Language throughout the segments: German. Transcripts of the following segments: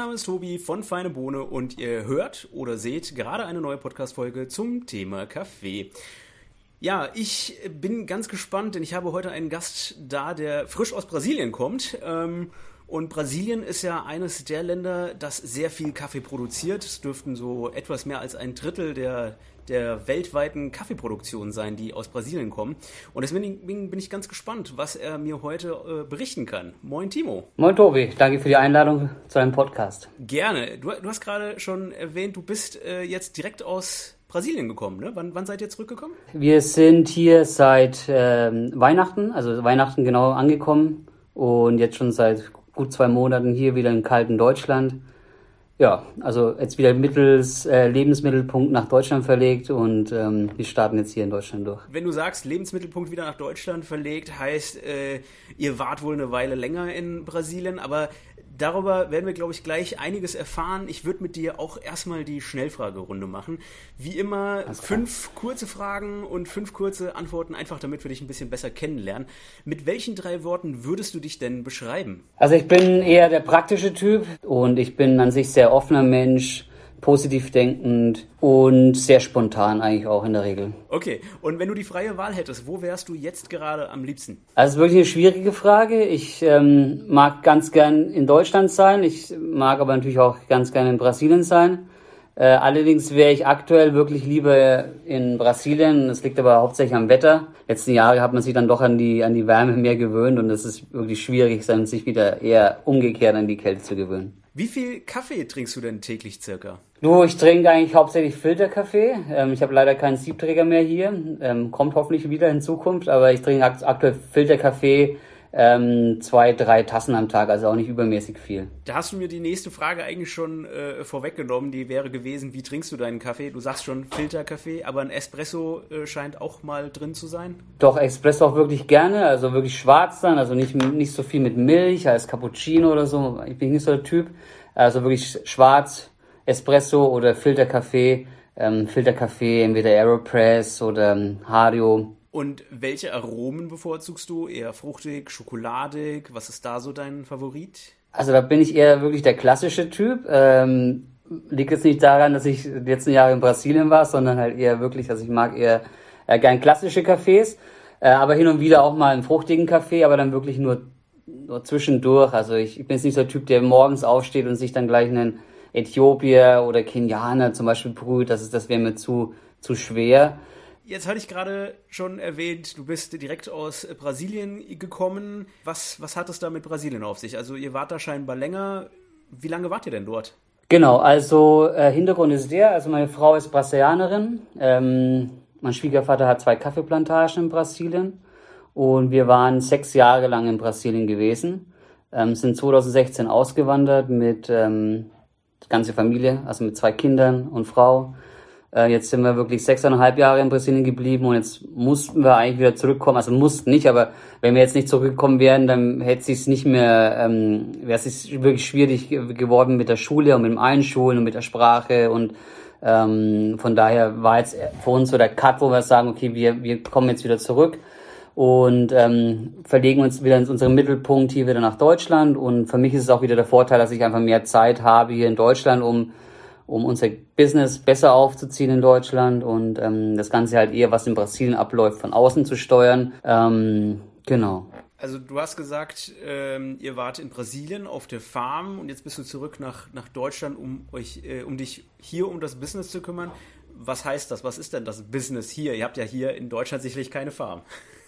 Name ist Tobi von Feine Bohne und ihr hört oder seht gerade eine neue Podcast-Folge zum Thema Kaffee. Ja, ich bin ganz gespannt, denn ich habe heute einen Gast da, der frisch aus Brasilien kommt. Und Brasilien ist ja eines der Länder, das sehr viel Kaffee produziert. Es dürften so etwas mehr als ein Drittel der weltweiten Kaffeeproduktion sein, die aus Brasilien kommen. Und deswegen bin ich ganz gespannt, was er mir heute berichten kann. Moin Timo. Moin Tobi, danke für die Einladung zu einem Podcast. Gerne. Du hast gerade schon erwähnt, du bist jetzt direkt aus Brasilien gekommen, ne? Wann seid ihr zurückgekommen? Wir sind hier seit Weihnachten, also Weihnachten genau angekommen und jetzt schon seit gut 2 Monaten hier wieder im kalten Deutschland. Ja, also jetzt wieder mittels Lebensmittelpunkt nach Deutschland verlegt und wir starten jetzt hier in Deutschland durch. Wenn du sagst, Lebensmittelpunkt wieder nach Deutschland verlegt, heißt, ihr wart wohl eine Weile länger in Brasilien, aber darüber werden wir, glaube ich, gleich einiges erfahren. Ich würde mit dir auch erstmal die Schnellfragerunde machen. Wie immer 5 kurze Fragen und 5 kurze Antworten, einfach damit wir dich ein bisschen besser kennenlernen. Mit welchen 3 Worten würdest du dich denn beschreiben? Also ich bin eher der praktische Typ und ich bin an sich sehr offener Mensch, positiv denkend und sehr spontan eigentlich auch in der Regel. Okay, und wenn du die freie Wahl hättest, wo wärst du jetzt gerade am liebsten? Also es ist wirklich eine schwierige Frage. Ich mag ganz gern in Deutschland sein, ich mag aber natürlich auch ganz gern in Brasilien sein. Allerdings wäre ich aktuell wirklich lieber in Brasilien. Das liegt aber hauptsächlich am Wetter. Letzten Jahre hat man sich dann doch an die Wärme mehr gewöhnt und es ist wirklich schwierig, sich wieder eher umgekehrt an die Kälte zu gewöhnen. Wie viel Kaffee trinkst du denn täglich circa? Du, ich trinke eigentlich hauptsächlich Filterkaffee. Ich habe leider keinen Siebträger mehr hier. Kommt hoffentlich wieder in Zukunft, aber ich trinke aktuell Filterkaffee 2-3 Tassen am Tag, also auch nicht übermäßig viel. Da hast du mir die nächste Frage eigentlich schon vorweggenommen, die wäre gewesen, wie trinkst du deinen Kaffee? Du sagst schon Filterkaffee, aber ein Espresso scheint auch mal drin zu sein? Doch, Espresso auch wirklich gerne, also wirklich schwarz dann, also nicht so viel mit Milch als Cappuccino oder so. Ich bin nicht so der Typ, also wirklich schwarz, Espresso oder Filterkaffee. Filterkaffee, entweder Aeropress oder Hario. Und welche Aromen bevorzugst du? Eher fruchtig, schokoladig? Was ist da so dein Favorit? Also da bin ich eher wirklich der klassische Typ. Liegt jetzt nicht daran, dass ich die letzten Jahre in Brasilien war, sondern halt eher wirklich, also ich mag eher gern klassische Cafés, aber hin und wieder auch mal einen fruchtigen Kaffee, aber dann wirklich nur zwischendurch. Also ich bin jetzt nicht so der Typ, der morgens aufsteht und sich dann gleich einen Äthiopier oder Kenianer zum Beispiel brüht. Das wäre mir zu schwer. Jetzt hatte ich gerade schon erwähnt, du bist direkt aus Brasilien gekommen. Was hat es da mit Brasilien auf sich? Also ihr wart da scheinbar länger. Wie lange wart ihr denn dort? Genau, also Hintergrund ist also meine Frau ist Brasilianerin. Mein Schwiegervater hat 2 Kaffeeplantagen in Brasilien und wir waren 6 Jahre lang in Brasilien gewesen. Sind 2016 ausgewandert mit der ganze Familie, also mit 2 Kindern und Frau. Jetzt sind wir wirklich 6,5 Jahre in Brasilien geblieben und jetzt mussten wir eigentlich wieder zurückkommen. Also mussten nicht, aber wenn wir jetzt nicht zurückgekommen wären, dann hätte es sich nicht mehr, wäre es wirklich schwierig geworden mit der Schule und mit dem Einschulen und mit der Sprache und von daher war jetzt für uns so der Cut, wo wir sagen, okay, wir kommen jetzt wieder zurück und verlegen uns wieder in unseren Mittelpunkt hier wieder nach Deutschland und für mich ist es auch wieder der Vorteil, dass ich einfach mehr Zeit habe hier in Deutschland, um unser Business besser aufzuziehen in Deutschland und das Ganze halt eher, was in Brasilien abläuft, von außen zu steuern. Genau. Also du hast gesagt, ihr wart in Brasilien auf der Farm und jetzt bist du zurück nach Deutschland, um dich hier um das Business zu kümmern. Was heißt das? Was ist denn das Business hier? Ihr habt ja hier in Deutschland sicherlich keine Farm.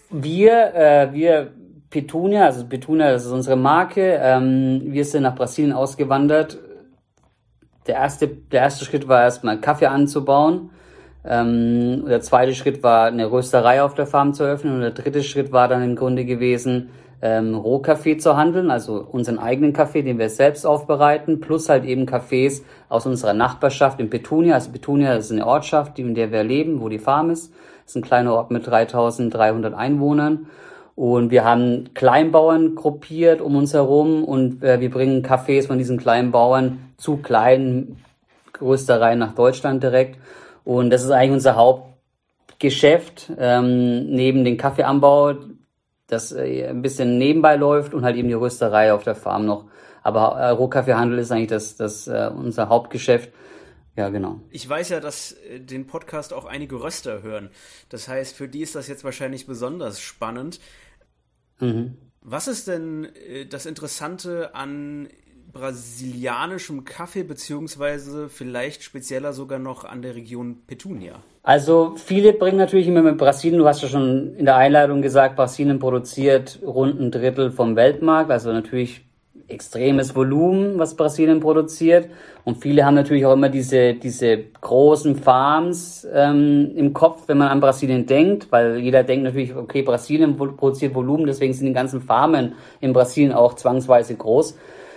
Wir Petunia, also Petunia, das ist unsere Marke, wir sind nach Brasilien ausgewandert. Der erste Schritt war erstmal Kaffee anzubauen. Der zweite Schritt war eine Rösterei auf der Farm zu öffnen und der dritte Schritt war dann im Grunde gewesen, Rohkaffee zu handeln, also unseren eigenen Kaffee, den wir selbst aufbereiten, plus halt eben Kaffees aus unserer Nachbarschaft in Petunia. Also Petunia ist eine Ortschaft, in der wir leben, wo die Farm ist. Das ist ein kleiner Ort mit 3.300 Einwohnern. Und wir haben Kleinbauern gruppiert um uns herum und wir bringen Kaffees von diesen Kleinbauern zu kleinen Röstereien nach Deutschland direkt. Und das ist eigentlich unser Hauptgeschäft, neben dem Kaffeeanbau, das ein bisschen nebenbei läuft und halt eben die Rösterei auf der Farm noch Aber Rohkaffeehandel ist eigentlich unser Hauptgeschäft. Ja, genau. Ich weiß ja, dass den Podcast auch einige Röster hören. Das heißt, für die ist das jetzt wahrscheinlich besonders spannend. Mhm. Was ist denn das Interessante an brasilianischem Kaffee, beziehungsweise vielleicht spezieller sogar noch an der Region Petunia? Also viele bringen natürlich immer mit Brasilien, du hast ja schon in der Einleitung gesagt, Brasilien produziert rund ein Drittel vom Weltmarkt, also natürlich extremes Volumen, was Brasilien produziert. Und viele haben natürlich auch immer diese großen Farms im Kopf, wenn man an Brasilien denkt, weil jeder denkt natürlich, okay, Brasilien produziert Volumen, deswegen sind die ganzen Farmen in Brasilien auch zwangsweise groß.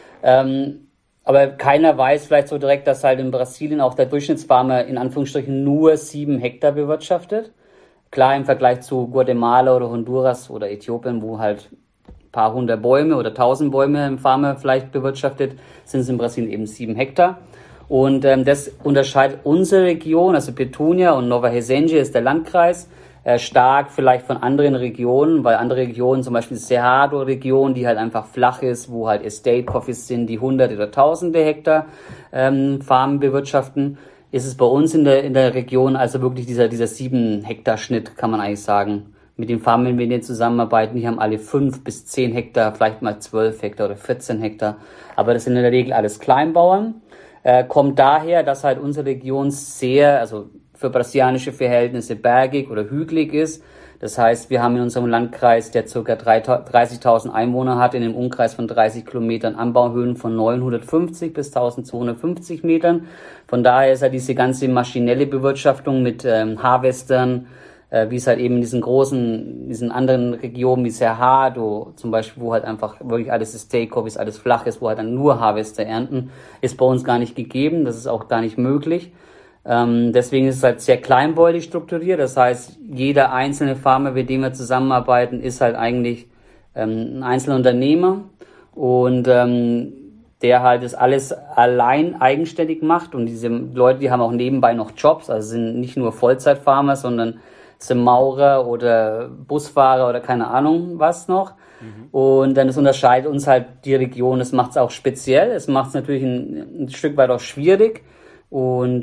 Aber keiner weiß vielleicht so direkt, dass halt in Brasilien auch der Durchschnittsfarmer in Anführungsstrichen nur 7 Hektar bewirtschaftet. Klar, im Vergleich zu Guatemala oder Honduras oder Äthiopien, wo halt ein paar hundert Bäume oder 1000 Bäume im Farmer vielleicht bewirtschaftet, sind es in Brasilien eben 7 Hektar. Und das unterscheidet unsere Region, also Petunia und Nova Resende ist der Landkreis, stark vielleicht von anderen Regionen, weil andere Regionen, zum Beispiel die Cerrado-Region, die halt einfach flach ist, wo halt Estate Coffees sind, die hunderte oder tausende Hektar Farmen bewirtschaften, ist es bei uns in der Region also wirklich dieser 7 Hektar Schnitt, kann man eigentlich sagen. Mit den Farmen, mit denen zusammenarbeiten, die haben alle 5 bis 10 Hektar, vielleicht mal 12 Hektar oder 14 Hektar. Aber das sind in der Regel alles Kleinbauern. Kommt daher, dass halt unsere Region sehr, also für brasilianische Verhältnisse bergig oder hügelig ist. Das heißt, wir haben in unserem Landkreis, der ca. 30.000 Einwohner hat, in einem Umkreis von 30 Kilometern Anbauhöhen von 950 bis 1250 Metern. Von daher ist halt diese ganze maschinelle Bewirtschaftung mit Harvestern, wie es halt eben in diesen anderen Regionen wie Cerrado zum Beispiel, wo halt einfach wirklich alles ist Take-Off, alles flach ist, wo halt dann nur Harvester ernten, ist bei uns gar nicht gegeben. Das ist auch gar nicht möglich. Deswegen ist es halt sehr kleinbäuerlich strukturiert. Das heißt, jeder einzelne Farmer, mit dem wir zusammenarbeiten, ist halt eigentlich ein Einzelunternehmer und der halt das alles allein eigenständig macht. Und diese Leute, die haben auch nebenbei noch Jobs, also sind nicht nur Vollzeitfarmer, sondern sind Maurer oder Busfahrer oder keine Ahnung was noch. Und dann das unterscheidet uns halt die Region. Das macht es auch speziell. Es macht es natürlich ein Stück weit auch schwierig. Und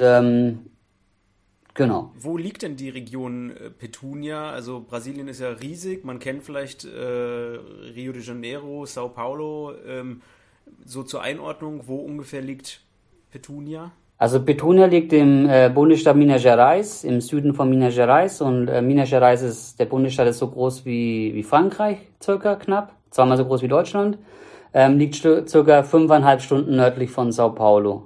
genau. Wo liegt denn die Region Petunia? Also Brasilien ist ja riesig. Man kennt vielleicht Rio de Janeiro, Sao Paulo. So zur Einordnung, wo ungefähr liegt Petunia? Also Petunia liegt im Bundesstaat Minas Gerais, im Süden von Minas Gerais. Und Minas Gerais der Bundesstaat ist so groß wie Frankreich, circa knapp. Zweimal so groß wie Deutschland. Liegt circa 5,5 Stunden nördlich von Sao Paulo.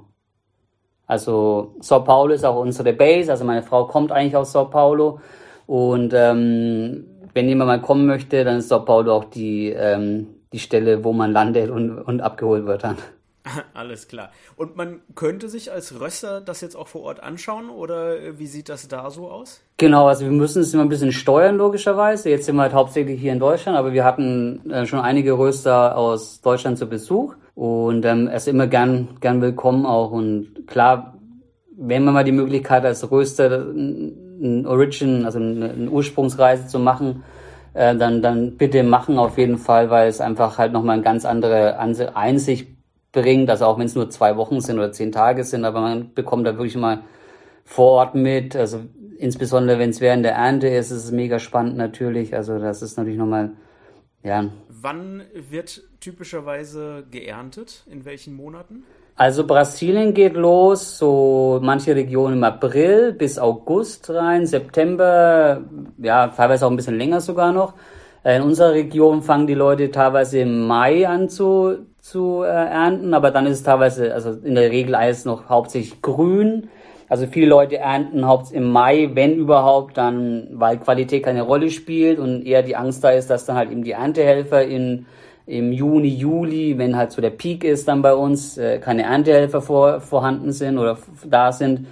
Also Sao Paulo ist auch unsere Base, also meine Frau kommt eigentlich aus Sao Paulo und wenn jemand mal kommen möchte, dann ist Sao Paulo auch die Stelle, wo man landet und abgeholt wird dann. Alles klar. Und man könnte sich als Röster das jetzt auch vor Ort anschauen oder wie sieht das da so aus? Genau, also wir müssen es immer ein bisschen steuern logischerweise. Jetzt sind wir halt hauptsächlich hier in Deutschland, aber wir hatten schon einige Röster aus Deutschland zu Besuch. Und er ist immer gern willkommen auch. Und klar, wenn man mal die Möglichkeit hat, als Röster ein Origin, also eine Ursprungsreise zu machen, dann bitte machen auf jeden Fall, weil es einfach halt nochmal eine ganz andere Einsicht bringt. Also auch wenn es nur 2 Wochen sind oder 10 Tage sind, aber man bekommt da wirklich mal vor Ort mit. Also insbesondere wenn es während der Ernte ist, ist es mega spannend natürlich. Also das ist natürlich nochmal, ja. Wann wird typischerweise geerntet? In welchen Monaten? Also Brasilien geht los, so manche Regionen im April bis August rein, September, ja, teilweise auch ein bisschen länger sogar noch. In unserer Region fangen die Leute teilweise im Mai an zu ernten, aber dann ist es teilweise, also in der Regel alles noch hauptsächlich grün. Also viele Leute ernten hauptsächlich im Mai, wenn überhaupt, dann, weil Qualität keine Rolle spielt und eher die Angst da ist, dass dann halt eben die Erntehelfer im Juni, Juli, wenn halt so der Peak ist dann bei uns, keine Erntehelfer vorhanden sind oder da sind.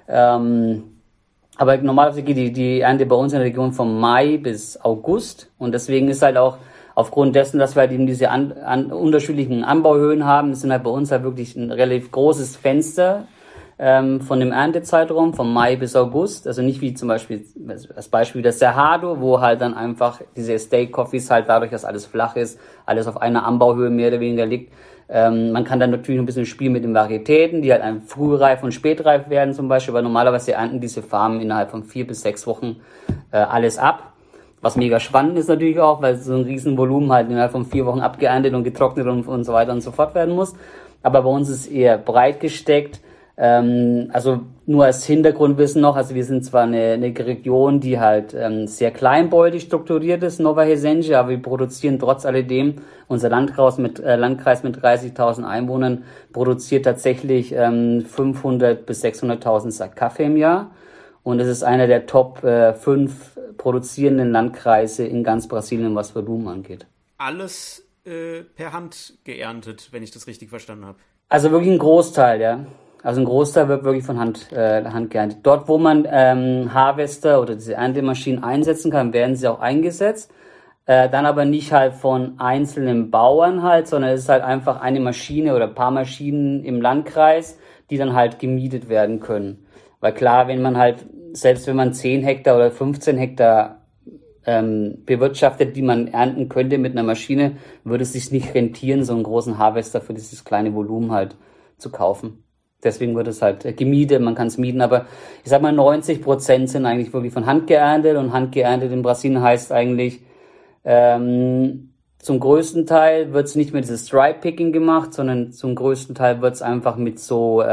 Aber normalerweise geht die Ernte bei uns in der Region vom Mai bis August und deswegen ist halt auch aufgrund dessen, dass wir halt eben diese unterschiedlichen Anbauhöhen haben, sind halt bei uns halt wirklich ein relativ großes Fenster von dem Erntezeitraum, vom Mai bis August. Also nicht wie zum Beispiel, als Beispiel das Cerrado, wo halt dann einfach diese Estate Coffees halt dadurch, dass alles flach ist, alles auf einer Anbauhöhe mehr oder weniger liegt. Man kann dann natürlich ein bisschen spielen mit den Varietäten, die halt frühreif und spätreif werden zum Beispiel, weil normalerweise ernten diese Farmen innerhalb von 4 bis 6 Wochen alles ab. Was mega spannend ist natürlich auch, weil so ein riesen Volumen halt innerhalb von 4 Wochen abgeerntet und getrocknet und so weiter und so fort werden muss. Aber bei uns ist es eher breit gesteckt. Also nur als Hintergrundwissen noch, also wir sind zwar eine Region, die halt sehr kleinbäulig strukturiert ist, Nova Hessentia, aber wir produzieren trotz alledem, unser Landkreis mit 30.000 Einwohnern produziert tatsächlich 500 bis 600.000 Sack Kaffee im Jahr und es ist einer der Top 5 produzierenden Landkreise in ganz Brasilien, was Volumen angeht. Alles per Hand geerntet, wenn ich das richtig verstanden habe. Also wirklich ein Großteil, ja. Also ein Großteil wird wirklich von Hand geerntet. Dort, wo man Harvester oder diese Erntemaschinen einsetzen kann, werden sie auch eingesetzt. Dann aber nicht halt von einzelnen Bauern halt, sondern es ist halt einfach eine Maschine oder ein paar Maschinen im Landkreis, die dann halt gemietet werden können. Weil klar, wenn man halt, selbst wenn man 10 Hektar oder 15 Hektar bewirtschaftet, die man ernten könnte mit einer Maschine, würde es sich nicht rentieren, so einen großen Harvester für dieses kleine Volumen halt zu kaufen. Deswegen wird es halt gemietet, man kann es mieten, aber ich sag mal 90% sind eigentlich wirklich von Hand geerntet und Hand geerntet in Brasilien heißt eigentlich, zum größten Teil wird es nicht mehr dieses Stripe-Picking gemacht, sondern zum größten Teil wird es einfach mit so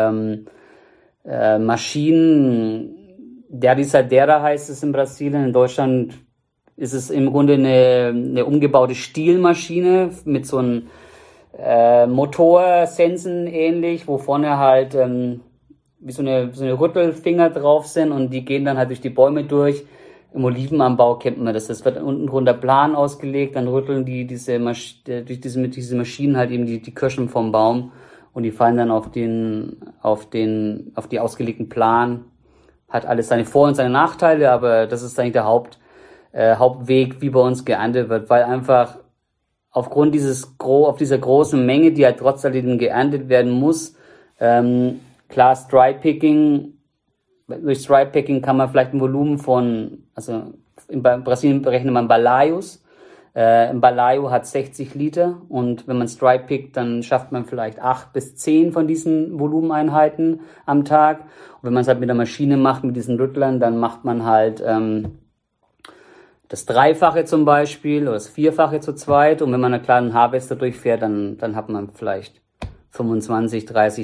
Maschinen, der Desadeira heißt es in Brasilien, in Deutschland ist es im Grunde eine umgebaute Stielmaschine mit so einem Motorsensen ähnlich, wo vorne halt wie so eine Rüttelfinger drauf sind und die gehen dann halt durch die Bäume durch. Im Olivenanbau kennt man das. Das wird unten drunter plan ausgelegt, dann rütteln die mit diesen Maschinen halt eben die Kirschen vom Baum und die fallen dann auf die ausgelegten Plan. Hat alles seine Vor- und seine Nachteile, aber das ist eigentlich der Hauptweg, wie bei uns geerntet wird, weil einfach aufgrund auf dieser großen Menge, die halt trotz alledem geerntet werden muss, klar Stripe-Picking, durch Stripe-Picking kann man vielleicht ein Volumen von, also in Brasilien berechnet man Balaios, ein Balaio hat 60 Liter und wenn man Stripe-pickt, dann schafft man vielleicht 8 bis 10 von diesen Volumeneinheiten am Tag. Und wenn man es halt mit der Maschine macht, mit diesen Rüttlern, dann macht man halt das Dreifache zum Beispiel oder das Vierfache zu zweit. Und wenn man einen kleinen Harvester durchfährt, dann hat man vielleicht 25,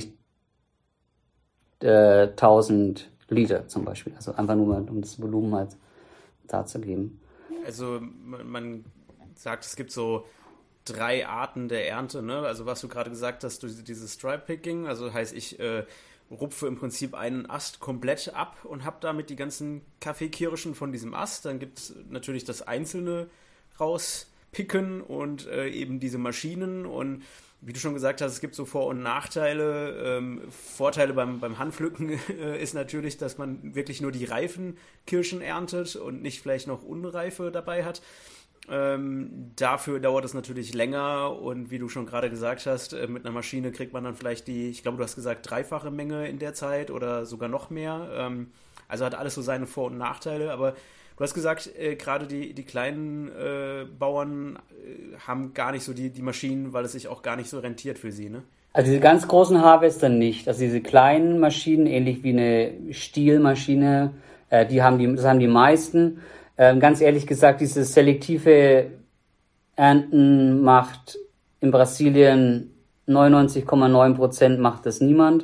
30.000 Liter zum Beispiel. Also einfach nur mal, um das Volumen halt darzugeben. Also man sagt, es gibt so 3 Arten der Ernte, ne? Also was du gerade gesagt hast, dieses Stripe-Picking, also heißt ich rupfe im Prinzip einen Ast komplett ab und habe damit die ganzen Kaffeekirschen von diesem Ast. Dann gibt es natürlich das einzelne rauspicken und eben diese Maschinen. Und wie du schon gesagt hast, es gibt so Vor- und Nachteile. Vorteile beim Handpflücken ist natürlich, dass man wirklich nur die reifen Kirschen erntet und nicht vielleicht noch unreife dabei hat. Dafür dauert es natürlich länger und wie du schon gerade gesagt hast, mit einer Maschine kriegt man dann vielleicht ich glaube, du hast gesagt, 3-fache Menge in der Zeit oder sogar noch mehr. Also hat alles so seine Vor- und Nachteile, aber du hast gesagt, gerade die kleinen Bauern haben gar nicht so die Maschinen, weil es sich auch gar nicht so rentiert für sie, ne? Also diese ganz großen Harvester nicht. Also diese kleinen Maschinen, ähnlich wie eine Stielmaschine, das haben die meisten. Ganz ehrlich gesagt, dieses selektive Ernten macht in Brasilien 99,9% macht das niemand,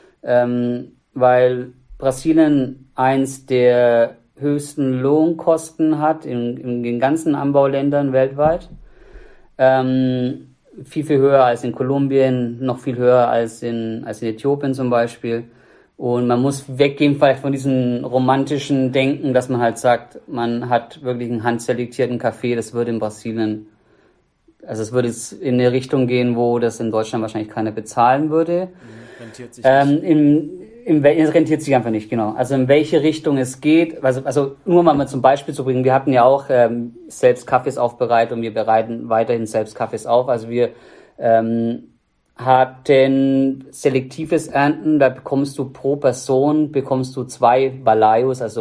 weil Brasilien eins der höchsten Lohnkosten hat in den ganzen Anbauländern weltweit. Viel, viel höher als in Kolumbien, noch viel höher als in Äthiopien zum Beispiel. Und man muss weggehen vielleicht von diesem romantischen Denken, dass man halt sagt, man hat wirklich einen handselektierten Kaffee. Das würde in Brasilien, also es würde jetzt in eine Richtung gehen, wo das in Deutschland wahrscheinlich keiner bezahlen würde. Rentiert sich nicht. Es rentiert sich einfach nicht, genau. Also in welche Richtung es geht, also nur mal zum Beispiel zu bringen, wir hatten ja auch selbst Kaffees aufbereitet und wir bereiten weiterhin selbst Kaffees auf. Also wir hatten selektives Ernten, da bekommst du pro Person 2 Balayos, also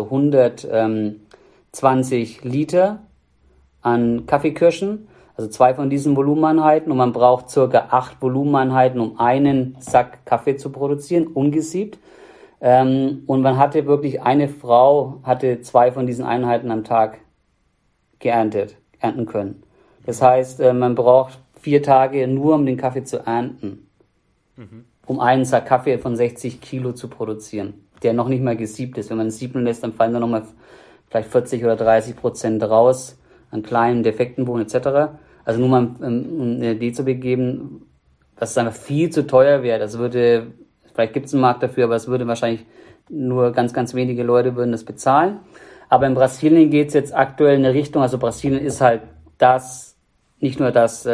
120 Liter an Kaffeekirschen, also 2 von diesen Volumeneinheiten, und man braucht circa 8 Volumeneinheiten, um einen Sack Kaffee zu produzieren, ungesiebt. Und man hatte wirklich, eine Frau hatte 2 von diesen Einheiten am Tag ernten können. Das heißt, man braucht 4 Tage nur, um den Kaffee zu ernten. Um einen Sack Kaffee von 60 Kilo zu produzieren, der noch nicht mal gesiebt ist. Wenn man es sieben lässt, dann fallen da nochmal vielleicht 40 oder 30% raus an kleinen defekten Bohnen etc. Also nur mal eine Idee zu begeben, dass es einfach viel zu teuer wäre. Das würde, vielleicht gibt es einen Markt dafür, aber es würde wahrscheinlich nur ganz, ganz wenige Leute würden das bezahlen. Aber in Brasilien geht es jetzt aktuell in eine Richtung, also Brasilien ist halt nicht nur das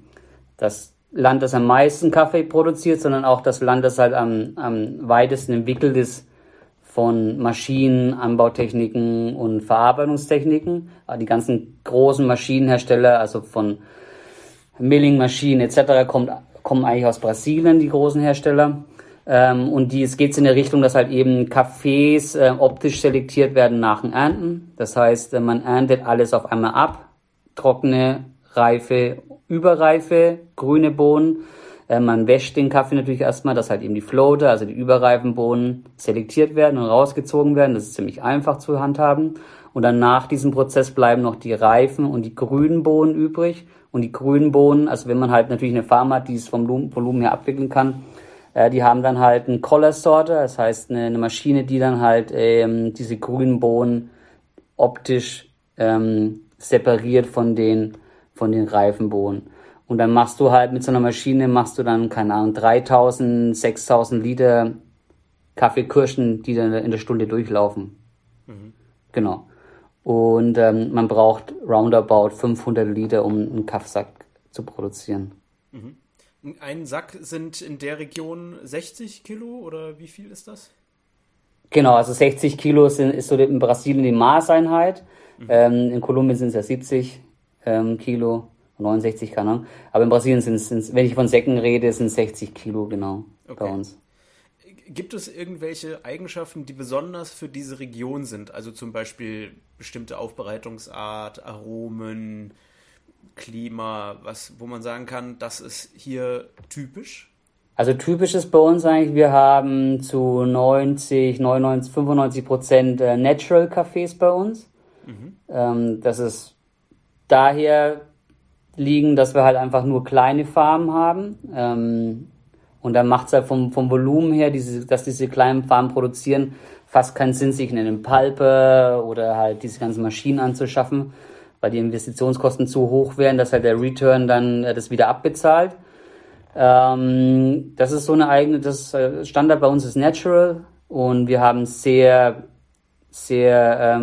Land, das am meisten Kaffee produziert, sondern auch das Land, das halt am weitesten entwickelt ist von Maschinen, Anbautechniken und Verarbeitungstechniken. Die ganzen großen Maschinenhersteller, also von Milling-Maschinen etc., kommen eigentlich aus Brasilien, die großen Hersteller. Und es geht in der Richtung, dass halt eben Kaffees optisch selektiert werden nach dem Ernten. Das heißt, man erntet alles auf einmal ab. Trockene, reife, überreife, grüne Bohnen. Man wäscht den Kaffee natürlich erstmal, dass halt eben die Floater, also die überreifen Bohnen, selektiert werden und rausgezogen werden. Das ist ziemlich einfach zu handhaben. Und dann nach diesem Prozess bleiben noch die reifen und die grünen Bohnen übrig. Und die grünen Bohnen, also wenn man halt natürlich eine Farm hat, die es vom Volumen her abwickeln kann, die haben dann halt einen Collar Sorter, das heißt eine Maschine, die dann halt diese grünen Bohnen optisch separiert von den reifen Bohnen. Und dann machst du halt mit so einer Maschine, keine Ahnung, 3000, 6000 Liter Kaffeekirschen, die dann in der Stunde durchlaufen. Genau. Und man braucht roundabout 500 Liter, um einen Kaffeesack zu produzieren. Ein Sack sind in der Region 60 Kilo oder wie viel ist das? Genau, also 60 Kilo ist so in Brasilien die Maßeinheit. In Kolumbien sind es ja 70 Kilo, 69, keine Ahnung. Aber in Brasilien sind es, wenn ich von Säcken rede, sind es 60 Kilo, genau, bei uns. Gibt es irgendwelche Eigenschaften, die besonders für diese Region sind? Also zum Beispiel bestimmte Aufbereitungsart, Aromen, Klima, wo man sagen kann, das ist hier typisch? Also typisch ist bei uns eigentlich, wir haben zu 90, 99, 95% Natural Cafés bei uns. Das ist daher liegen, dass wir halt einfach nur kleine Farmen haben. Und dann macht es halt vom Volumen her, dass diese kleinen Farmen produzieren, fast keinen Sinn, sich einen Pulper oder halt diese ganzen Maschinen anzuschaffen, weil die Investitionskosten zu hoch wären, dass halt der Return dann das wieder abbezahlt. Das ist so das Standard bei uns ist Natural, und wir haben sehr, sehr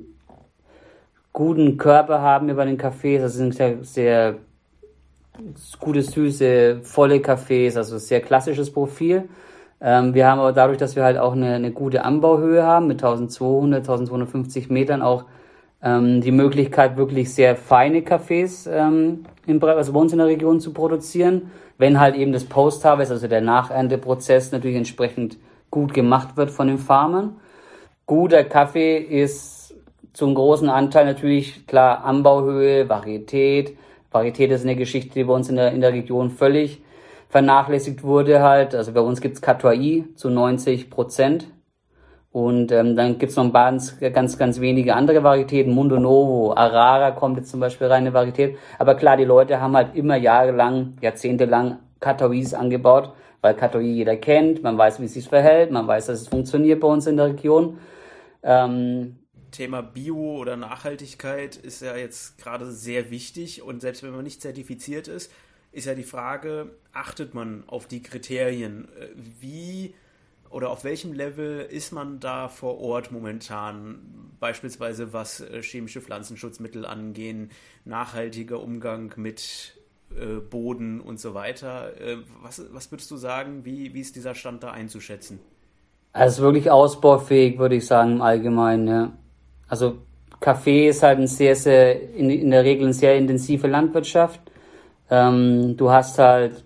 guten Körper haben wir bei den Cafés. Das sind sehr, sehr gute, süße, volle Cafés, also sehr klassisches Profil. Wir haben aber dadurch, dass wir halt auch eine gute Anbauhöhe haben, mit 1200, 1250 Metern auch die Möglichkeit, wirklich sehr feine Cafés also bei uns in der Region zu produzieren, wenn halt eben das Post-Harvest, also der Nachernteprozess, natürlich entsprechend gut gemacht wird von den Farmern. Guter Kaffee ist zum großen Anteil natürlich, klar, Anbauhöhe, Varietät. Varietät ist eine Geschichte, die bei uns in der Region völlig vernachlässigt wurde halt. Also bei uns gibt's Catuai zu 90%. Und dann gibt's noch ganz, ganz wenige andere Varietäten. Mundo Novo, Arara kommt jetzt zum Beispiel rein, eine Varietät. Aber klar, die Leute haben halt immer jahrelang, jahrzehntelang Catuais angebaut, weil Catuai jeder kennt, man weiß, wie es sich verhält, man weiß, dass es funktioniert bei uns in der Region. Thema Bio oder Nachhaltigkeit ist ja jetzt gerade sehr wichtig, und selbst wenn man nicht zertifiziert ist ja die Frage, achtet man auf die Kriterien? Wie oder auf welchem Level ist man da vor Ort momentan? Beispielsweise was chemische Pflanzenschutzmittel angehen, nachhaltiger Umgang mit Boden und so weiter. Was würdest du sagen, wie ist dieser Stand da einzuschätzen? Also wirklich ausbaufähig, würde ich sagen, im Allgemeinen, ja. Also Kaffee ist halt in der Regel eine sehr intensive Landwirtschaft. Du hast halt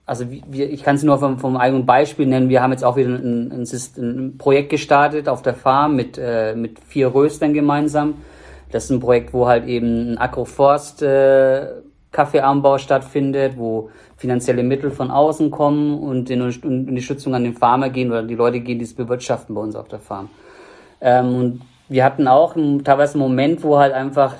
ich kann es nur vom eigenen Beispiel nennen. Wir haben jetzt auch wieder ein Projekt gestartet auf der Farm mit 4 Röstern gemeinsam. Das ist ein Projekt, wo halt eben ein Agroforst Kaffeeanbau stattfindet, wo finanzielle Mittel von außen kommen und in Unterstützung an den Farmer gehen oder die Leute gehen, die es bewirtschaften bei uns auf der Farm. Und wir hatten auch teilweise einen Moment, wo halt einfach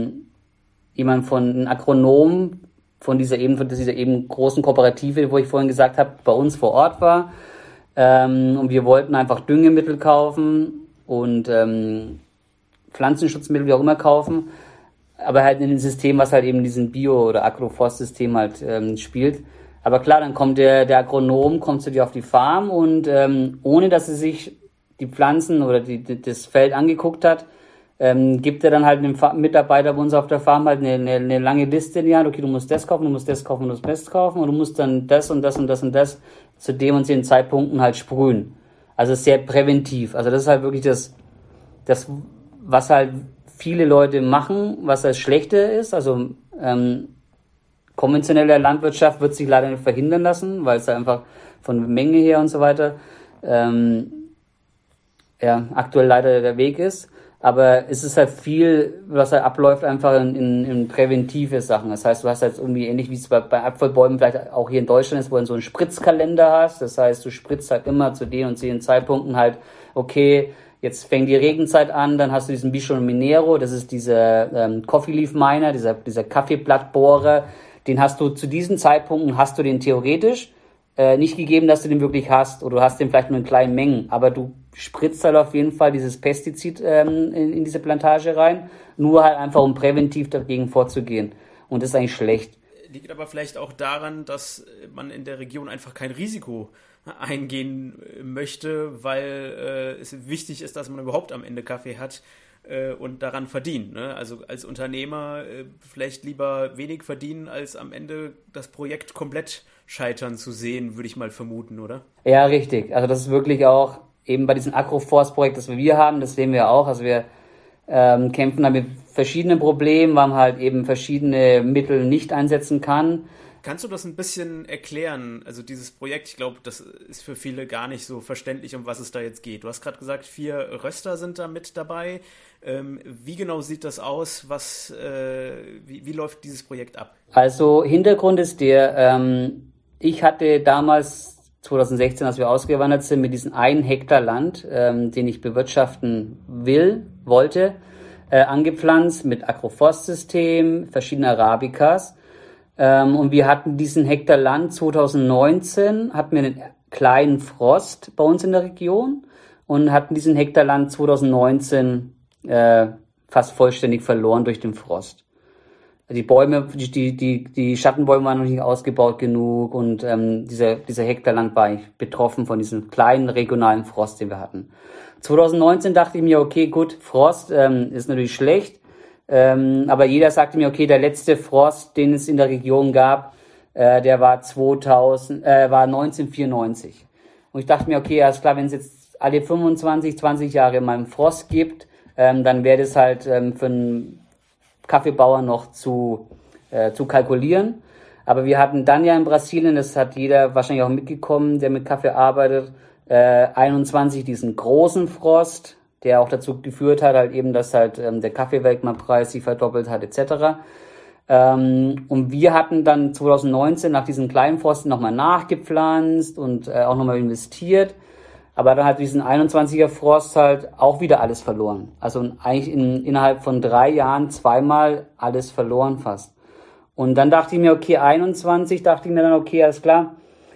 ein Agronom von dieser eben großen Kooperative, wo ich vorhin gesagt habe, bei uns vor Ort war. Und wir wollten einfach Düngemittel kaufen und Pflanzenschutzmittel, wie auch immer, kaufen. Aber halt in dem System, was halt eben diesen Bio- oder Agroforst-System halt spielt. Aber klar, dann kommt der Agronom, kommt zu dir auf die Farm und ohne dass er sich die Pflanzen oder das Feld angeguckt hat, gibt er dann halt einem Mitarbeiter bei uns auf der Farm halt eine lange Liste in die Hand. Okay, du musst das kaufen, du musst das kaufen, du musst das kaufen und du musst dann das und das und das und das zu dem und den Zeitpunkten halt sprühen. Also sehr präventiv. Also das ist halt wirklich das was halt viele Leute machen, was das Schlechte ist. Also konventionelle Landwirtschaft wird sich leider nicht verhindern lassen, weil es da einfach von der Menge her und so weiter aktuell leider der Weg ist. Aber es ist halt viel, was halt abläuft, einfach in präventive Sachen. Das heißt, du hast halt irgendwie ähnlich wie es bei Apfelbäumen vielleicht auch hier in Deutschland ist, wo du so einen Spritzkalender hast. Das heißt, du spritzt halt immer zu den und den Zeitpunkten halt, okay, jetzt fängt die Regenzeit an, dann hast du diesen Bichon Minero, das ist dieser Coffee Leaf Miner, dieser Kaffeeblattbohrer. Den hast du zu diesen Zeitpunkten, hast du den theoretisch nicht gegeben, dass du den wirklich hast, oder du hast den vielleicht nur in kleinen Mengen, aber du spritzt halt auf jeden Fall dieses Pestizid in diese Plantage rein, nur halt einfach, um präventiv dagegen vorzugehen. Und das ist eigentlich schlecht. Liegt aber vielleicht auch daran, dass man in der Region einfach kein Risiko eingehen möchte, weil es wichtig ist, dass man überhaupt am Ende Kaffee hat und daran verdient. Ne? Also als Unternehmer vielleicht lieber wenig verdienen, als am Ende das Projekt komplett scheitern zu sehen, würde ich mal vermuten, oder? Ja, richtig. Also das ist wirklich auch eben bei diesem Agroforst-Projekt, das wir haben, das sehen wir auch. Also wir kämpfen da mit verschiedenen Problemen, weil man halt eben verschiedene Mittel nicht einsetzen kann. Kannst du das ein bisschen erklären? Also dieses Projekt, ich glaube, das ist für viele gar nicht so verständlich, um was es da jetzt geht. Du hast gerade gesagt, 4 Röster sind da mit dabei. Wie genau sieht das aus? Wie läuft dieses Projekt ab? Also Hintergrund ist ich hatte damals 2016, als wir ausgewandert sind, mit diesem 1 Hektar Land, den ich bewirtschaften wollte, angepflanzt mit Agroforstsystem, verschiedene Arabicas. Und wir hatten diesen Hektar Land 2019, hatten wir einen kleinen Frost bei uns in der Region und hatten diesen Hektar Land 2019 fast vollständig verloren durch den Frost. Die Bäume, die Schattenbäume waren noch nicht ausgebaut genug und dieser Hektar Land war betroffen von diesem kleinen regionalen Frost, den wir hatten. 2019 dachte ich mir, okay, gut, Frost ist natürlich schlecht, aber jeder sagte mir, okay, der letzte Frost, den es in der Region gab, der war 1994. Und ich dachte mir, okay, alles klar, wenn es jetzt alle 25, 20 Jahre mal einen Frost gibt, dann wäre das halt für einen Kaffeebauer noch zu kalkulieren. Aber wir hatten dann ja in Brasilien, das hat jeder wahrscheinlich auch mitgekommen, der mit Kaffee arbeitet, 21 diesen großen Frost, der auch dazu geführt hat, halt eben, dass halt der Kaffeeweltmarktpreis sich verdoppelt hat, etc. Und wir hatten dann 2019 nach diesen kleinen Frosten nochmal nachgepflanzt und auch nochmal investiert. Aber dann hat diesen 21er Frost halt auch wieder alles verloren. Also eigentlich innerhalb von 3 Jahren zweimal alles verloren fast. Und dann dachte ich mir, okay, 21, alles klar.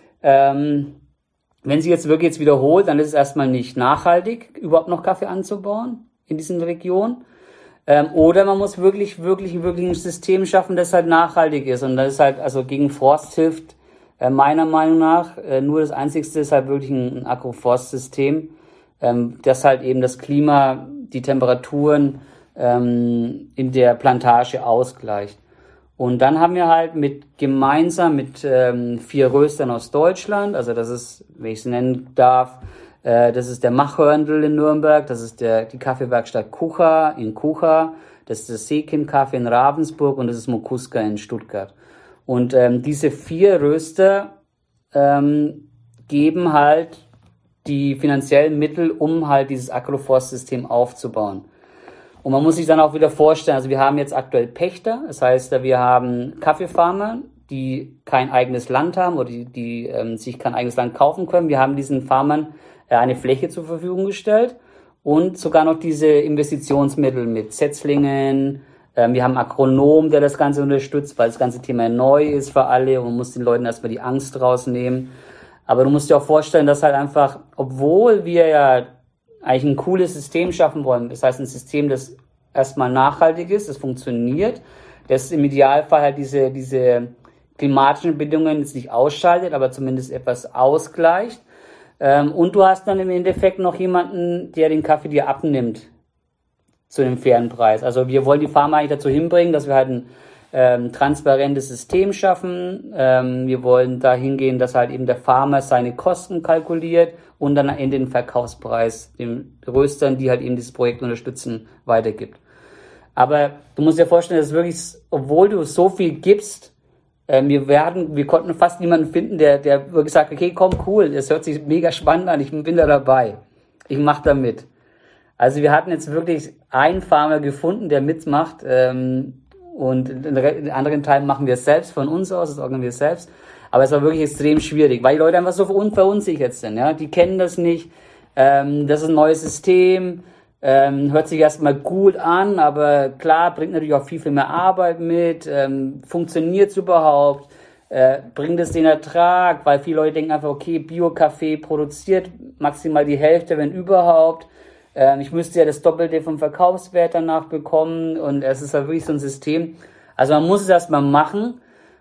Wenn sich jetzt wirklich wiederholt, dann ist es erstmal nicht nachhaltig, überhaupt noch Kaffee anzubauen in diesen Regionen. Oder man muss wirklich ein System schaffen, das halt nachhaltig ist. Und das ist halt, also gegen Frost hilft meiner Meinung nach nur das Einzigste ist halt wirklich ein Agroforstsystem, das halt eben das Klima, die Temperaturen in der Plantage ausgleicht. Und dann haben wir halt gemeinsam mit 4 Röstern aus Deutschland, also das ist, wenn ich es nennen darf, das ist der Machhörndl in Nürnberg, das ist die Kaffeewerkstatt Kucha in Kucha, das ist das Seekind Kaffee in Ravensburg und das ist Mokuska in Stuttgart. Und diese 4 Röster geben halt die finanziellen Mittel, um halt dieses Agroforst-System aufzubauen. Und man muss sich dann auch wieder vorstellen, also wir haben jetzt aktuell Pächter, das heißt, wir haben Kaffeefarmer, die kein eigenes Land haben oder die sich kein eigenes Land kaufen können. Wir haben diesen Farmern eine Fläche zur Verfügung gestellt und sogar noch diese Investitionsmittel mit Setzlingen. Wir haben einen Agronom, der das Ganze unterstützt, weil das ganze Thema neu ist für alle und man muss den Leuten erstmal die Angst rausnehmen. Aber du musst dir auch vorstellen, dass halt einfach, obwohl wir ja eigentlich ein cooles System schaffen wollen, das heißt ein System, das erstmal nachhaltig ist, das funktioniert, das im Idealfall halt diese klimatischen Bedingungen jetzt nicht ausschaltet, aber zumindest etwas ausgleicht. Und du hast dann im Endeffekt noch jemanden, der den Kaffee dir abnimmt zu einem fairen Preis. Also wir wollen die Farmer eigentlich dazu hinbringen, dass wir halt ein transparentes System schaffen. Wir wollen dahin gehen, dass halt eben der Farmer seine Kosten kalkuliert und dann am Ende den Verkaufspreis den Röstern, die halt eben dieses Projekt unterstützen, weitergibt. Aber du musst dir vorstellen, dass wirklich, obwohl du so viel gibst, wir konnten fast niemanden finden, der wirklich sagt, okay, komm, cool, das hört sich mega spannend an, ich bin da dabei, ich mache da mit. Also wir hatten jetzt wirklich einen Farmer gefunden, der mitmacht, und in anderen Teilen machen wir es selbst von uns aus, das organisieren wir selbst. Aber es war wirklich extrem schwierig, weil die Leute einfach so verunsichert sind. Ja? Die kennen das nicht, das ist ein neues System, hört sich erstmal gut an, aber klar, bringt natürlich auch viel mehr Arbeit mit, funktioniert es überhaupt, bringt es den Ertrag, weil viele Leute denken einfach, okay, Bio-Kaffee produziert maximal die Hälfte, wenn überhaupt. Ich müsste ja das Doppelte vom Verkaufswert danach bekommen und es ist halt wirklich so ein System. Also man muss es erstmal machen.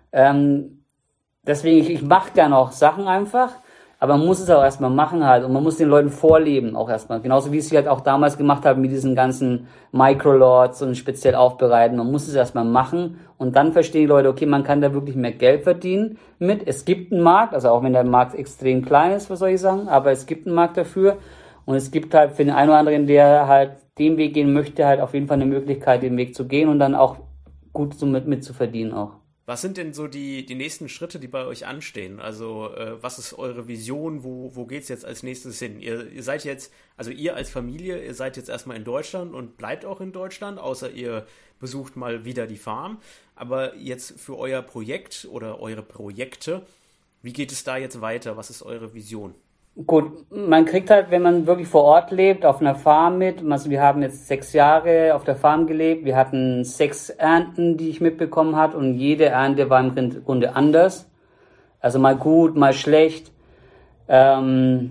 Deswegen, ich mache gerne auch Sachen einfach, aber man muss es auch erstmal machen halt und man muss den Leuten vorleben auch erstmal. Genauso wie ich es halt auch damals gemacht habe mit diesen ganzen Microlots und speziell aufbereiten. Man muss es erstmal machen und dann verstehen die Leute, okay, man kann da wirklich mehr Geld verdienen mit. Es gibt einen Markt, also auch wenn der Markt extrem klein ist für solche Sachen, aber es gibt einen Markt dafür. Und es gibt halt für den einen oder anderen, der halt den Weg gehen möchte, halt auf jeden Fall eine Möglichkeit, den Weg zu gehen und dann auch gut so mit zu verdienen auch. Was sind denn so die nächsten Schritte, die bei euch anstehen? Also was ist eure Vision? Wo geht's jetzt als nächstes hin? Ihr seid jetzt, also ihr als Familie, ihr seid jetzt erstmal in Deutschland und bleibt auch in Deutschland, außer ihr besucht mal wieder die Farm. Aber jetzt für euer Projekt oder eure Projekte, wie geht es da jetzt weiter? Was ist eure Vision? Gut, man kriegt halt, wenn man wirklich vor Ort lebt, auf einer Farm mit. Also wir haben jetzt 6 Jahre auf der Farm gelebt. Wir hatten 6 Ernten, die ich mitbekommen habe und jede Ernte war im Grunde anders. Also mal gut, mal schlecht, mal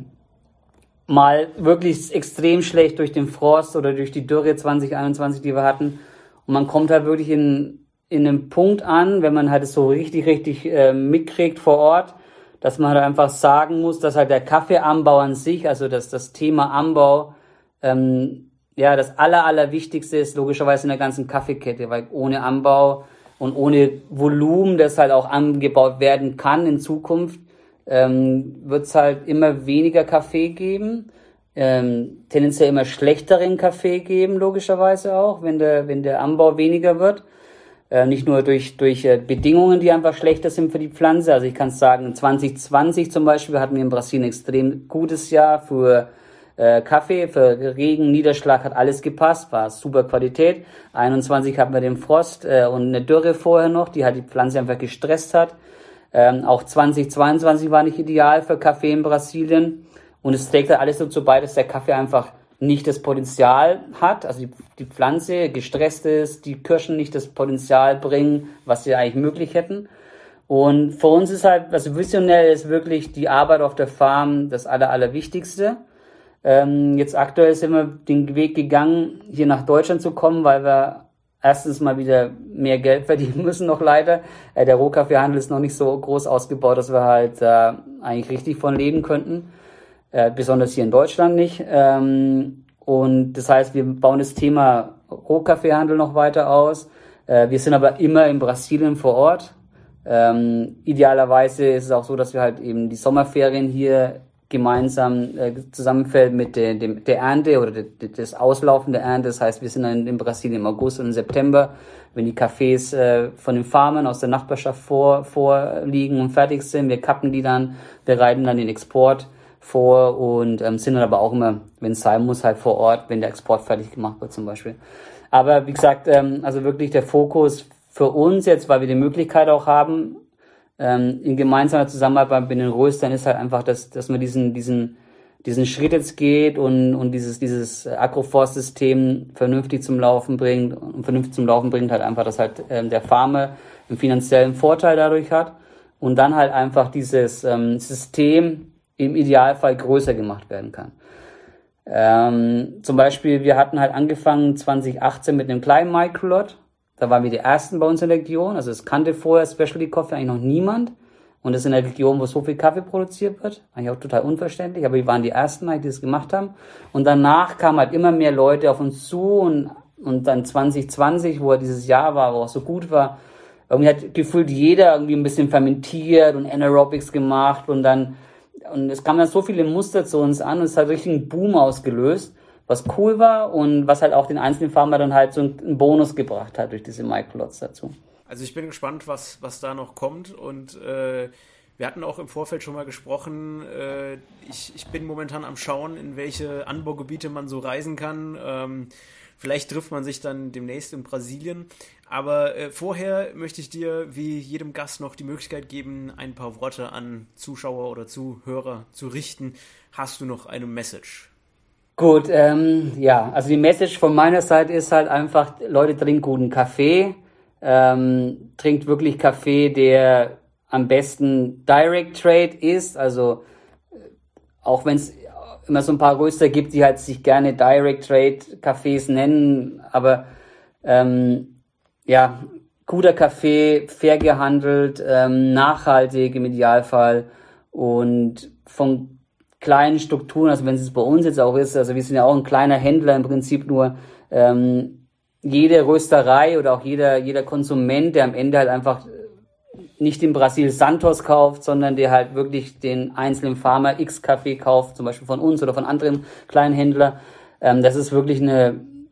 wirklich extrem schlecht durch den Frost oder durch die Dürre 2021, die wir hatten. Und man kommt halt wirklich in einem Punkt an, wenn man halt es so richtig mitkriegt vor Ort, dass man halt einfach sagen muss, dass halt der Kaffeeanbau an sich, also dass das Thema Anbau, das Allerwichtigste ist, logischerweise in der ganzen Kaffeekette, weil ohne Anbau und ohne Volumen, das halt auch angebaut werden kann in Zukunft, wird es halt immer weniger Kaffee geben, tendenziell immer schlechteren Kaffee geben, logischerweise auch, wenn der Anbau weniger wird. Nicht nur durch Bedingungen, die einfach schlechter sind für die Pflanze. Also ich kann sagen, 2020 zum Beispiel hatten wir in Brasilien ein extrem gutes Jahr für Kaffee, für Regen, Niederschlag hat alles gepasst, war super Qualität. 21 hatten wir den Frost und eine Dürre vorher noch, die halt die Pflanze einfach gestresst hat. Auch 2022 war nicht ideal für Kaffee in Brasilien. Und es trägt halt alles dazu bei, dass der Kaffee einfach nicht das Potenzial hat, also die Pflanze gestresst ist, die Kirschen nicht das Potenzial bringen, was sie eigentlich möglich hätten. Und für uns ist halt, also visionär ist wirklich die Arbeit auf der Farm das Allerwichtigste. Jetzt aktuell sind wir den Weg gegangen, hier nach Deutschland zu kommen, weil wir erstens mal wieder mehr Geld verdienen müssen, noch leider. Der Rohkaffeehandel ist noch nicht so groß ausgebaut, dass wir halt eigentlich richtig von leben könnten. Besonders hier in Deutschland nicht. Und das heißt, wir bauen das Thema Rohkaffeehandel noch weiter aus. Wir sind aber immer in Brasilien vor Ort. Idealerweise ist es auch so, dass wir halt eben die Sommerferien hier gemeinsam zusammenfällt mit der Ernte oder das Auslaufen der Ernte. Das heißt, wir sind dann in Brasilien im August und im September, wenn die Kaffees von den Farmern aus der Nachbarschaft vorliegen und fertig sind. Wir kappen die dann, bereiten dann den Export vor und sind dann aber auch immer, wenn es sein muss, halt vor Ort, wenn der Export fertig gemacht wird zum Beispiel. Aber wie gesagt, also wirklich der Fokus für uns jetzt, weil wir die Möglichkeit auch haben, in gemeinsamer Zusammenarbeit mit den Röstern ist halt einfach, dass man diesen Schritt jetzt geht und dieses Agroforstsystem vernünftig zum Laufen bringt und vernünftig zum Laufen bringt halt einfach, dass halt der Farmer einen finanziellen Vorteil dadurch hat und dann halt einfach dieses System im Idealfall größer gemacht werden kann. Zum Beispiel, wir hatten halt angefangen 2018 mit einem kleinen Microlot. Da waren wir die Ersten bei uns in der Region. Also es kannte vorher Specialty Coffee eigentlich noch niemand. Und das in der Region, wo so viel Kaffee produziert wird. Eigentlich auch total unverständlich. Aber wir waren die Ersten, die das gemacht haben. Und danach kamen halt immer mehr Leute auf uns zu. Und dann 2020, wo dieses Jahr war, wo auch so gut war, irgendwie hat gefühlt jeder irgendwie ein bisschen fermentiert und Anaerobics gemacht. Und es kamen dann so viele Muster zu uns an. Und es hat richtig einen Boom ausgelöst, was cool war und was halt auch den einzelnen Farmer dann halt so einen Bonus gebracht hat durch diese Microlots dazu. Also ich bin gespannt, was da noch kommt und wir hatten auch im Vorfeld schon mal gesprochen, ich bin momentan am Schauen, in welche Anbaugebiete man so reisen kann. Vielleicht trifft man sich dann demnächst in Brasilien, aber vorher möchte ich dir wie jedem Gast noch die Möglichkeit geben, ein paar Worte an Zuschauer oder Zuhörer zu richten. Hast du noch eine Message? Gut, also die Message von meiner Seite ist halt einfach, Leute, trinkt guten Kaffee, trinkt wirklich Kaffee, der am besten Direct Trade ist, also auch wenn es immer so ein paar Röster gibt, die halt sich gerne Direct Trade Kaffees nennen, aber guter Kaffee, fair gehandelt, nachhaltig im Idealfall und von kleinen Strukturen, also wenn es bei uns jetzt auch ist, also wir sind ja auch ein kleiner Händler im Prinzip nur, jede Rösterei oder auch jeder Konsument, der am Ende halt einfach nicht den Brasil Santos kauft, sondern der halt wirklich den einzelnen Farmer X Kaffee kauft, zum Beispiel von uns oder von anderen kleinen Händlern, das ist wirklich ein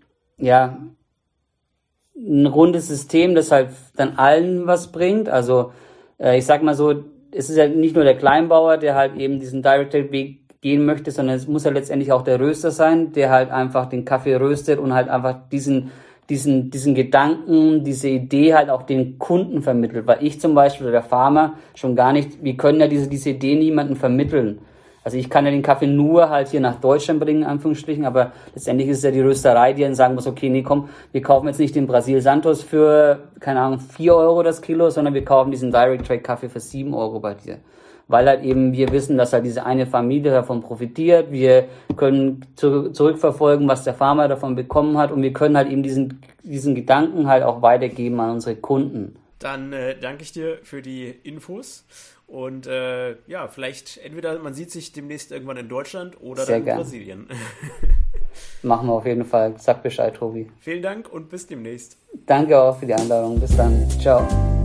rundes System, das halt dann allen was bringt, also ich sag mal so, es ist ja nicht nur der Kleinbauer, der halt eben diesen Direct-Weg gehen möchte, sondern es muss ja letztendlich auch der Röster sein, der halt einfach den Kaffee röstet und halt einfach diesen Gedanken, diese Idee halt auch den Kunden vermittelt. Weil ich zum Beispiel oder der Farmer schon gar nicht, wir können ja diese Idee niemandem vermitteln. Also ich kann ja den Kaffee nur halt hier nach Deutschland bringen, in Anführungsstrichen, aber letztendlich ist es ja die Rösterei, die dann sagen muss, okay, nee, komm, wir kaufen jetzt nicht den Brasil Santos für, keine Ahnung, 4 Euro das Kilo, sondern wir kaufen diesen Direct Trade Kaffee für 7 Euro bei dir. Weil halt eben wir wissen, dass halt diese eine Familie davon profitiert, wir können zurückverfolgen, was der Farmer davon bekommen hat und wir können halt eben diesen Gedanken halt auch weitergeben an unsere Kunden. Dann danke ich dir für die Infos und vielleicht entweder man sieht sich demnächst irgendwann in Deutschland oder Sehr dann in gern. Brasilien. Machen wir auf jeden Fall. Sag Bescheid, Tobi. Vielen Dank und bis demnächst. Danke auch für die Einladung. Bis dann. Ciao.